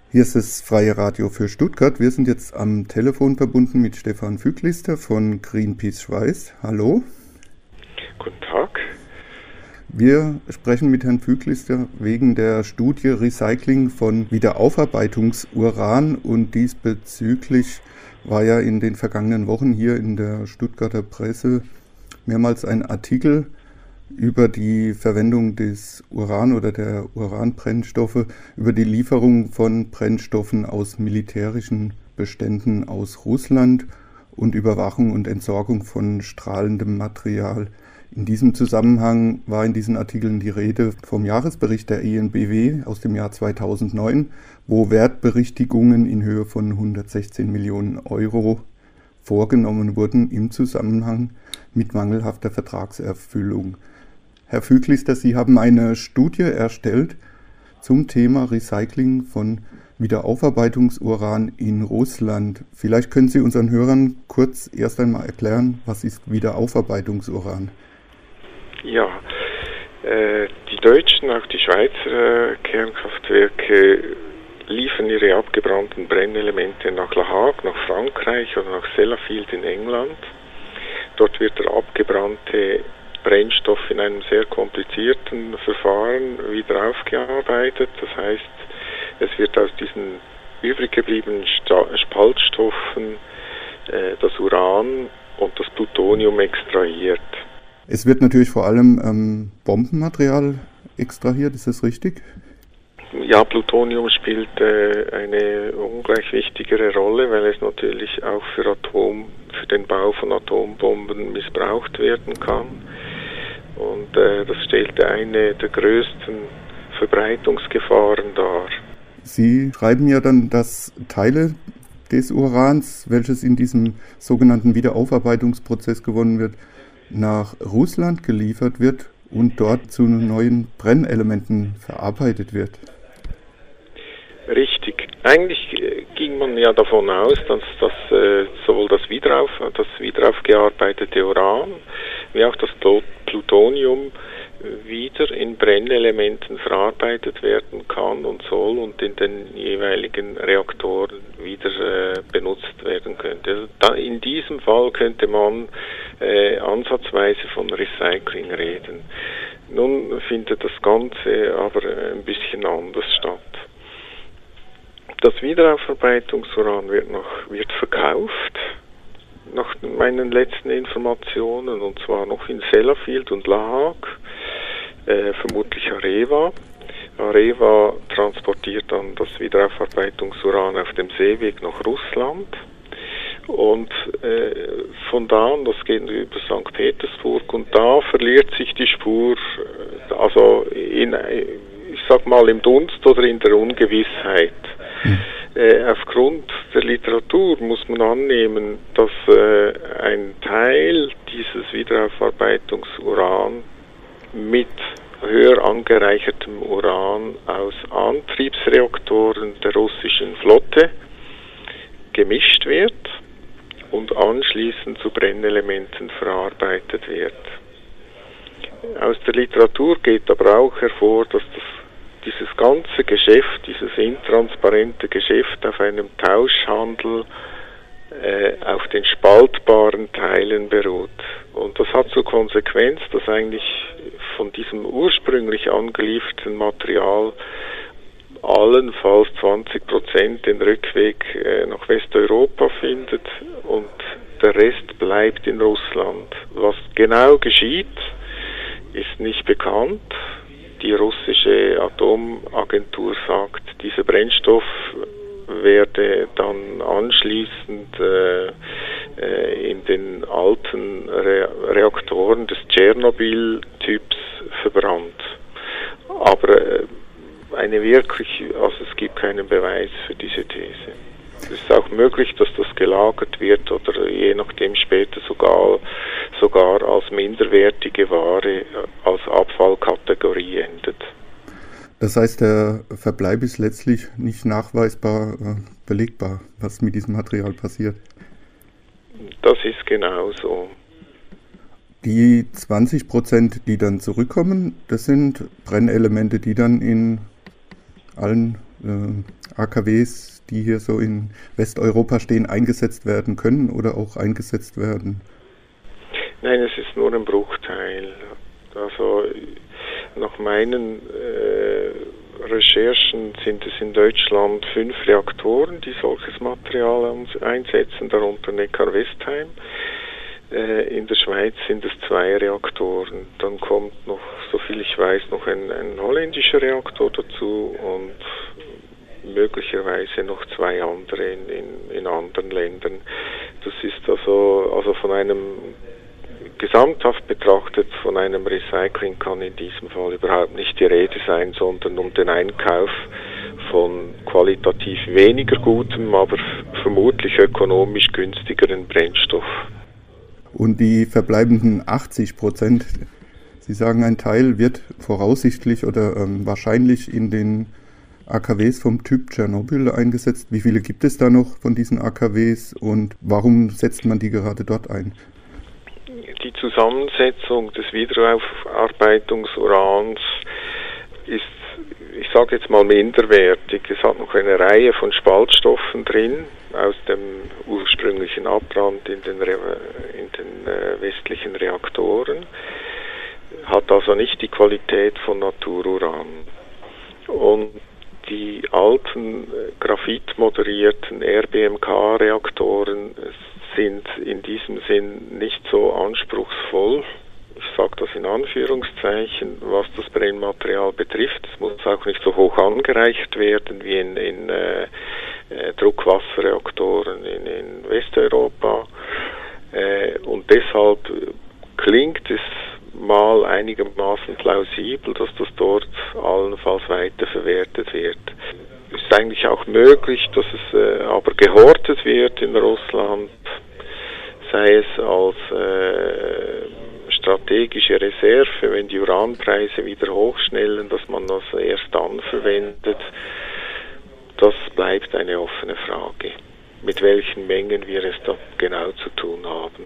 Hier ist das Freie Radio für Stuttgart. Wir sind jetzt am Telefon verbunden mit Stefan Füglister von Greenpeace Schweiz. Hallo. Guten Tag. Wir sprechen mit Herrn Füglister wegen der Studie Recycling von Wiederaufarbeitungsuran, und diesbezüglich war ja in den vergangenen Wochen hier in der Stuttgarter Presse mehrmals ein Artikel über die Verwendung des Uran oder der Uranbrennstoffe, über die Lieferung von Brennstoffen aus militärischen Beständen aus Russland und Überwachung und Entsorgung von strahlendem Material. In diesem Zusammenhang war in diesen Artikeln die Rede vom Jahresbericht der EnBW aus dem Jahr 2009, wo Wertberichtigungen in Höhe von 116 Millionen Euro vorgenommen wurden im Zusammenhang mit mangelhafter Vertragserfüllung. Herr Füglister, Sie haben eine Studie erstellt zum Thema Recycling von Wiederaufarbeitungsuran in Russland. Vielleicht können Sie unseren Hörern kurz erst einmal erklären, was ist Wiederaufarbeitungsuran? Ja, die deutschen, auch die Schweizer Kernkraftwerke liefern ihre abgebrannten Brennelemente nach La Hague, nach Frankreich oder nach Sellafield in England. Dort wird der abgebrannte Brennstoff in einem sehr komplizierten Verfahren wieder aufgearbeitet. Das heißt, es wird aus diesen übrig gebliebenen Spaltstoffen das Uran und das Plutonium extrahiert. Es wird natürlich vor allem Bombenmaterial extrahiert, ist das richtig? Ja, Plutonium spielt eine ungleich wichtigere Rolle, weil es natürlich auch für den Bau von Atombomben missbraucht werden kann. Und das stellt eine der größten Verbreitungsgefahren dar. Sie schreiben ja dann, dass Teile des Urans, welches in diesem sogenannten Wiederaufarbeitungsprozess gewonnen wird, nach Russland geliefert wird und dort zu neuen Brennelementen verarbeitet wird. Richtig. Eigentlich ging man ja davon aus, dass sowohl das wiederaufgearbeitete Uran wie auch das Plutonium wieder in Brennelementen verarbeitet werden kann und soll und in den jeweiligen Reaktoren wieder benutzt werden könnte. Also in diesem Fall könnte man ansatzweise von Recycling reden. Nun findet das Ganze aber ein bisschen anders statt. Das Wiederaufarbeitungsuran wird verkauft, nach meinen letzten Informationen, und zwar noch in Sellafield und La Hague, vermutlich Areva. Areva transportiert dann das Wiederaufarbeitungsuran auf dem Seeweg nach Russland. Und von da an, das geht über St. Petersburg, und da verliert sich die Spur, also ich sag mal im Dunst oder in der Ungewissheit. Aufgrund der Literatur muss man annehmen, dass ein Teil dieses Wiederaufarbeitungsuran mit höher angereichertem Uran aus Antriebsreaktoren der russischen Flotte gemischt wird und anschließend zu Brennelementen verarbeitet wird. Aus der Literatur geht aber auch hervor, dass dieses ganze Geschäft, dieses intransparente Geschäft auf einem Tauschhandel auf den spaltbaren Teilen beruht. Und das hat zur Konsequenz, dass eigentlich von diesem ursprünglich angelieferten Material allenfalls 20% den Rückweg nach Westeuropa findet und der Rest bleibt in Russland. Was genau geschieht, ist nicht bekannt. Die russische Atomagentur sagt, dieser Brennstoff werde dann anschließend in den alten Reaktoren des Tschernobyl-Typs verbrannt. Aber es gibt keinen Beweis für diese These. Es ist auch möglich, dass das gelagert wird oder je nachdem später sogar als minderwertige Ware, als Abfallkategorie endet. Das heißt, der Verbleib ist letztlich nicht nachweisbar belegbar, was mit diesem Material passiert. Das ist genau so. Die 20%, die dann zurückkommen, das sind Brennelemente, die dann in allen AKWs, die hier so in Westeuropa stehen, eingesetzt werden können oder auch eingesetzt werden? Nein, es ist nur ein Bruchteil. Also nach meinen Recherchen sind es in Deutschland 5 Reaktoren, die solches Material einsetzen, darunter Neckar-Westheim. In der Schweiz sind es 2 Reaktoren. Dann kommt noch, soviel ich weiß, noch ein holländischer Reaktor dazu und möglicherweise noch 2 andere in anderen Ländern. Das ist also von einem, gesamthaft betrachtet, von einem Recycling kann in diesem Fall überhaupt nicht die Rede sein, sondern um den Einkauf von qualitativ weniger gutem, aber vermutlich ökonomisch günstigeren Brennstoff. Und die verbleibenden 80%, Sie sagen, ein Teil wird voraussichtlich oder wahrscheinlich in den AKWs vom Typ Tschernobyl eingesetzt. Wie viele gibt es da noch von diesen AKWs und warum setzt man die gerade dort ein? Die Zusammensetzung des Wiederaufarbeitungsurans ist, ich sage jetzt mal, minderwertig. Es hat noch eine Reihe von Spaltstoffen drin aus dem ursprünglichen Abbrand in den westlichen Reaktoren, hat also nicht die Qualität von Natururan. Und die alten graphitmoderierten RBMK-Reaktoren sind in diesem Sinn nicht so anspruchsvoll. Ich sage das in Anführungszeichen, was das Brennmaterial betrifft. Es muss auch nicht so hoch angereichert werden wie in Druckwasserreaktoren in Westeuropa. Und deshalb klingt es mal einigermaßen plausibel, dass das dort allenfalls weiterverwertet wird. Es ist eigentlich auch möglich, dass es aber gehortet wird in Russland, sei es als strategische Reserve, wenn die Uranpreise wieder hochschnellen, dass man das erst dann verwendet. Das bleibt eine offene Frage, mit welchen Mengen wir es da genau zu tun haben.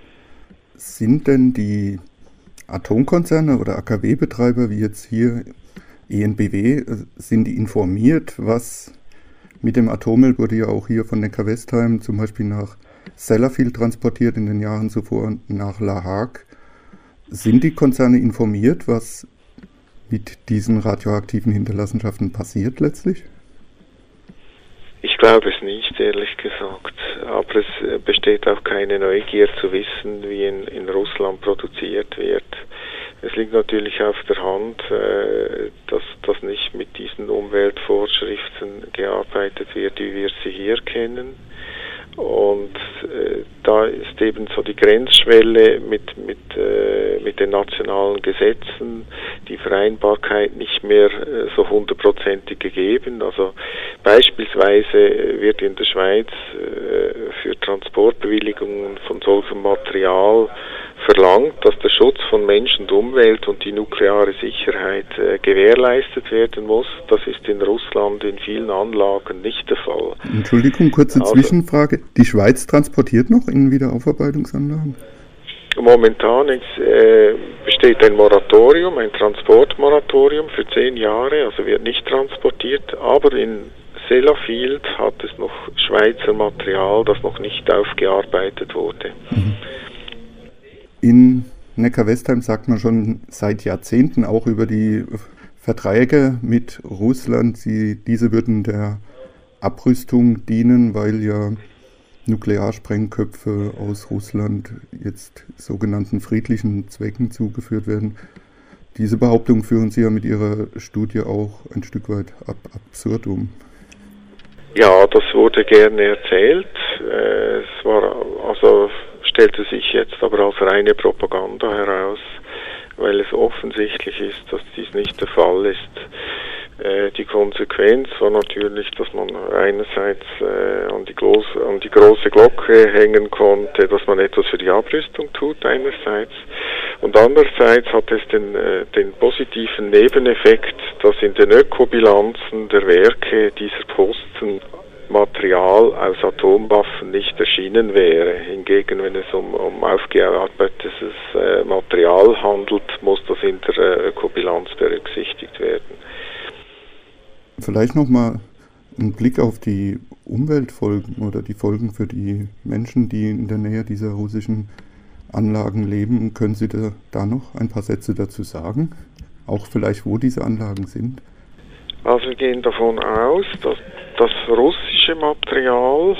Sind denn die Atomkonzerne oder AKW-Betreiber, wie jetzt hier EnBW, sind die informiert, was mit dem Atommüll wurde ja auch hier von Neckar-Westheim zum Beispiel nach Sellafield transportiert, in den Jahren zuvor nach La Hague. Sind die Konzerne informiert, was mit diesen radioaktiven Hinterlassenschaften passiert letztlich? Ich glaube es nicht, ehrlich gesagt. Aber es besteht auch keine Neugier zu wissen, wie in Russland produziert wird. Es liegt natürlich auf der Hand, dass das nicht mit diesen Umweltvorschriften gearbeitet wird, wie wir sie hier kennen. Und da ist eben so die Grenzschwelle mit den nationalen Gesetzen, die Vereinbarkeit nicht mehr so 100% gegeben. Also beispielsweise wird in der Schweiz für Transportbewilligungen von solchem Material verlangt, dass der Schutz von Mensch und Umwelt und die nukleare Sicherheit gewährleistet werden muss. Das ist in Russland in vielen Anlagen nicht der Fall. Entschuldigung, kurze Zwischenfrage. Die Schweiz transportiert noch in Wiederaufarbeitungsanlagen? Momentan besteht ein Moratorium, ein Transportmoratorium für 10 Jahre, also wird nicht transportiert, aber in Sellafield hat es noch Schweizer Material, das noch nicht aufgearbeitet wurde. In Neckar-Westheim sagt man schon seit Jahrzehnten auch über die Verträge mit Russland. Diese würden der Abrüstung dienen, weil ja Nuklearsprengköpfe aus Russland jetzt sogenannten friedlichen Zwecken zugeführt werden. Diese Behauptung führen Sie ja mit Ihrer Studie auch ein Stück weit ab absurdum. Ja, das wurde gerne erzählt. Es war stellte sich jetzt aber als reine Propaganda heraus, weil es offensichtlich ist, dass dies nicht der Fall ist. Die Konsequenz war natürlich, dass man einerseits an die große Glocke hängen konnte, dass man etwas für die Abrüstung tut einerseits, und andererseits hat es den positiven Nebeneffekt, dass in den Ökobilanzen der Werke dieser Posten Material aus Atomwaffen nicht erschienen wäre. Hingegen, wenn es um aufgearbeitetes Material handelt, muss das in der Ökobilanz berücksichtigt werden. Vielleicht nochmal Ein Blick auf die Umweltfolgen oder die Folgen für die Menschen, die in der Nähe dieser russischen Anlagen leben, können Sie da noch ein paar Sätze dazu sagen? Auch vielleicht, wo diese Anlagen sind? Also wir gehen davon aus, dass das russische Material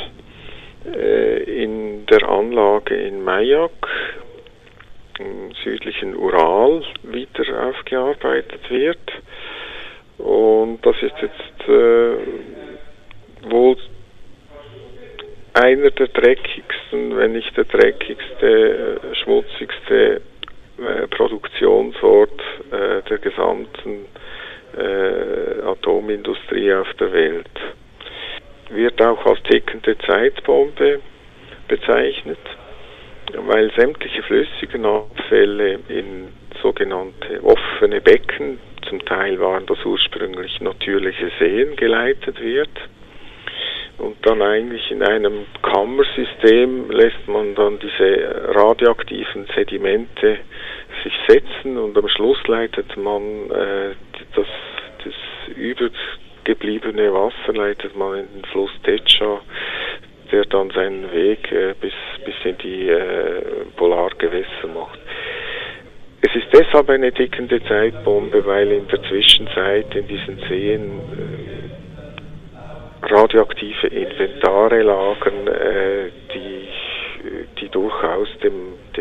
in der Anlage in Majak im südlichen Ural wieder aufgearbeitet wird. Und das ist jetzt wohl einer der dreckigsten, wenn nicht der dreckigste, schmutzigste Produktionsort der gesamten Atomindustrie auf der Welt. Wird auch als tickende Zeitbombe bezeichnet, weil sämtliche flüssigen Abfälle in sogenannte offene Becken, zum Teil waren das ursprünglich natürliche Seen, geleitet wird. Und dann eigentlich in einem Kammersystem lässt man dann diese radioaktiven Sedimente sich setzen und am Schluss leitet man das übergebliebene Wasser leitet man in den Fluss Techa, der dann seinen Weg bis in die Polargewässer macht. Es ist deshalb eine tickende Zeitbombe, weil in der Zwischenzeit in diesen Seen radioaktive Inventare lagern, die durchaus dem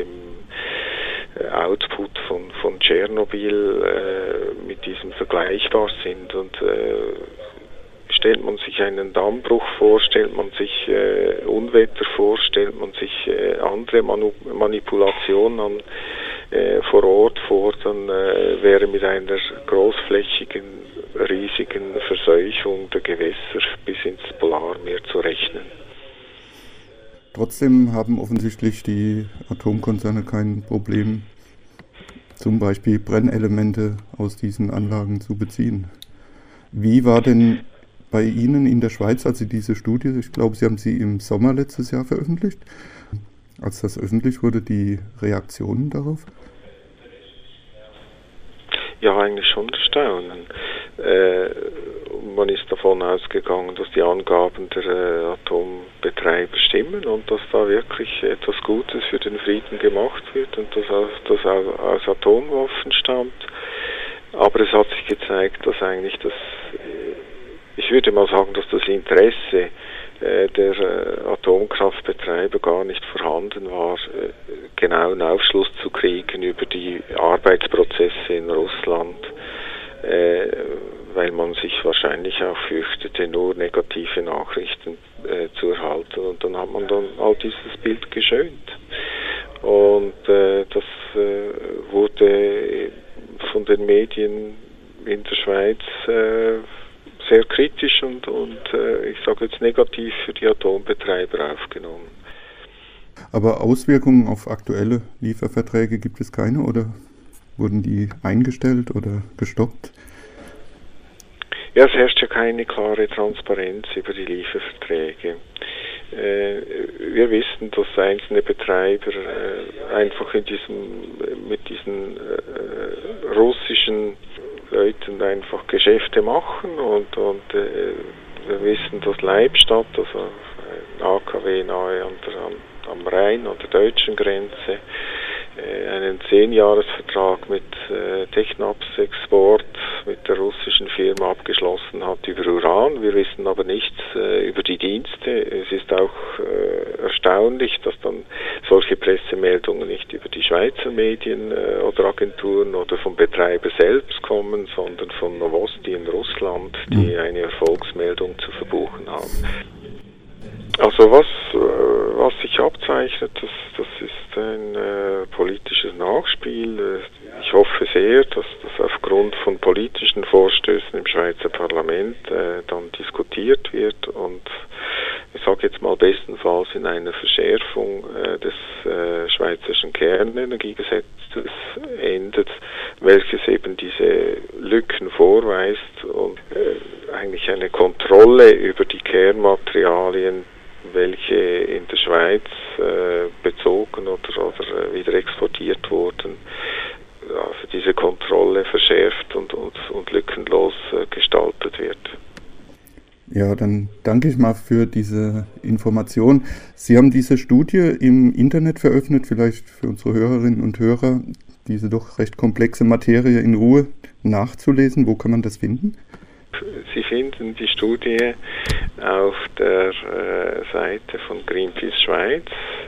Output von Tschernobyl mit diesem vergleichbar sind. Und stellt man sich einen Dammbruch vor, stellt man sich Unwetter vor, stellt man sich andere Manipulationen an vor Ort vor, dann wäre mit einer großflächigen, riesigen Verseuchung der Gewässer bis ins Polarmeer zu rechnen. Trotzdem haben offensichtlich die Atomkonzerne kein Problem, zum Beispiel Brennelemente aus diesen Anlagen zu beziehen. Wie war denn bei Ihnen in der Schweiz, als Sie diese Studie, ich glaube, Sie haben sie im Sommer letztes Jahr veröffentlicht, als das öffentlich wurde, die Reaktionen darauf? Ja, eigentlich schon erstaunen. Man ist davon ausgegangen, dass die Angaben der Atombetreiber stimmen und dass da wirklich etwas Gutes für den Frieden gemacht wird und dass das aus Atomwaffen stammt. Aber es hat sich gezeigt, dass eigentlich ich würde mal sagen, dass das Interesse der Atomkraftbetreiber gar nicht vorhanden war, genauen Aufschluss zu kriegen über die Arbeitsprozesse in Russland, weil man sich wahrscheinlich auch fürchtete, nur negative Nachrichten zu erhalten. Und dann hat man dann all dieses Bild geschönt. Und das wurde von den Medien in der Schweiz sehr kritisch und ich sage jetzt negativ für die Atombetreiber aufgenommen. Aber Auswirkungen auf aktuelle Lieferverträge gibt es keine oder wurden die eingestellt oder gestoppt? Ja, es herrscht ja keine klare Transparenz über die Lieferverträge. Wir wissen, dass einzelne Betreiber einfach mit diesen russischen Leuten einfach Geschäfte machen und wir wissen, dass Leibstadt, also ein AKW nahe am Rhein an der deutschen Grenze, einen 10-Jahres-Vertrag mit Technaps Export mit der russischen Firma abgeschlossen hat über Uran. Wir wissen aber nichts über die Dienste. Es ist auch erstaunlich, dass dann solche Pressemeldungen nicht über die Schweizer Medien oder Agenturen oder vom Betreiber selbst kommen, sondern von Novosti in Russland, die eine Erfolgsmeldung zu verbuchen haben. Also was sich abzeichnet, das ist ein politisches Nachspiel. Ich hoffe sehr, dass das aufgrund von politischen Vorstößen im Schweizer Parlament dann diskutiert wird und ich sage jetzt mal bestenfalls in einer Verschärfung des schweizerischen Kernenergiegesetzes endet, welches eben diese Lücken vorweist und eigentlich eine Kontrolle über die Kernmaterialien, welche in der Schweiz bezogen oder wieder exportiert wurden, also diese Kontrolle verschärft und lückenlos gestaltet wird. Ja, dann danke ich mal für diese Information. Sie haben diese Studie im Internet veröffentlicht, vielleicht für unsere Hörerinnen und Hörer, diese doch recht komplexe Materie in Ruhe nachzulesen. Wo kann man das finden? Sie finden die Studie auf der Seite von Greenpeace Schweiz,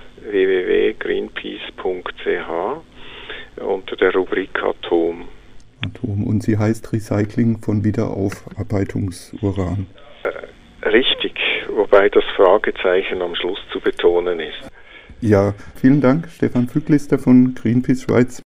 www.greenpeace.ch, unter der Rubrik Atom. Und sie heißt Recycling von Wiederaufarbeitungsuran. Richtig, wobei das Fragezeichen am Schluss zu betonen ist. Ja, vielen Dank, Stefan Füglister von Greenpeace Schweiz.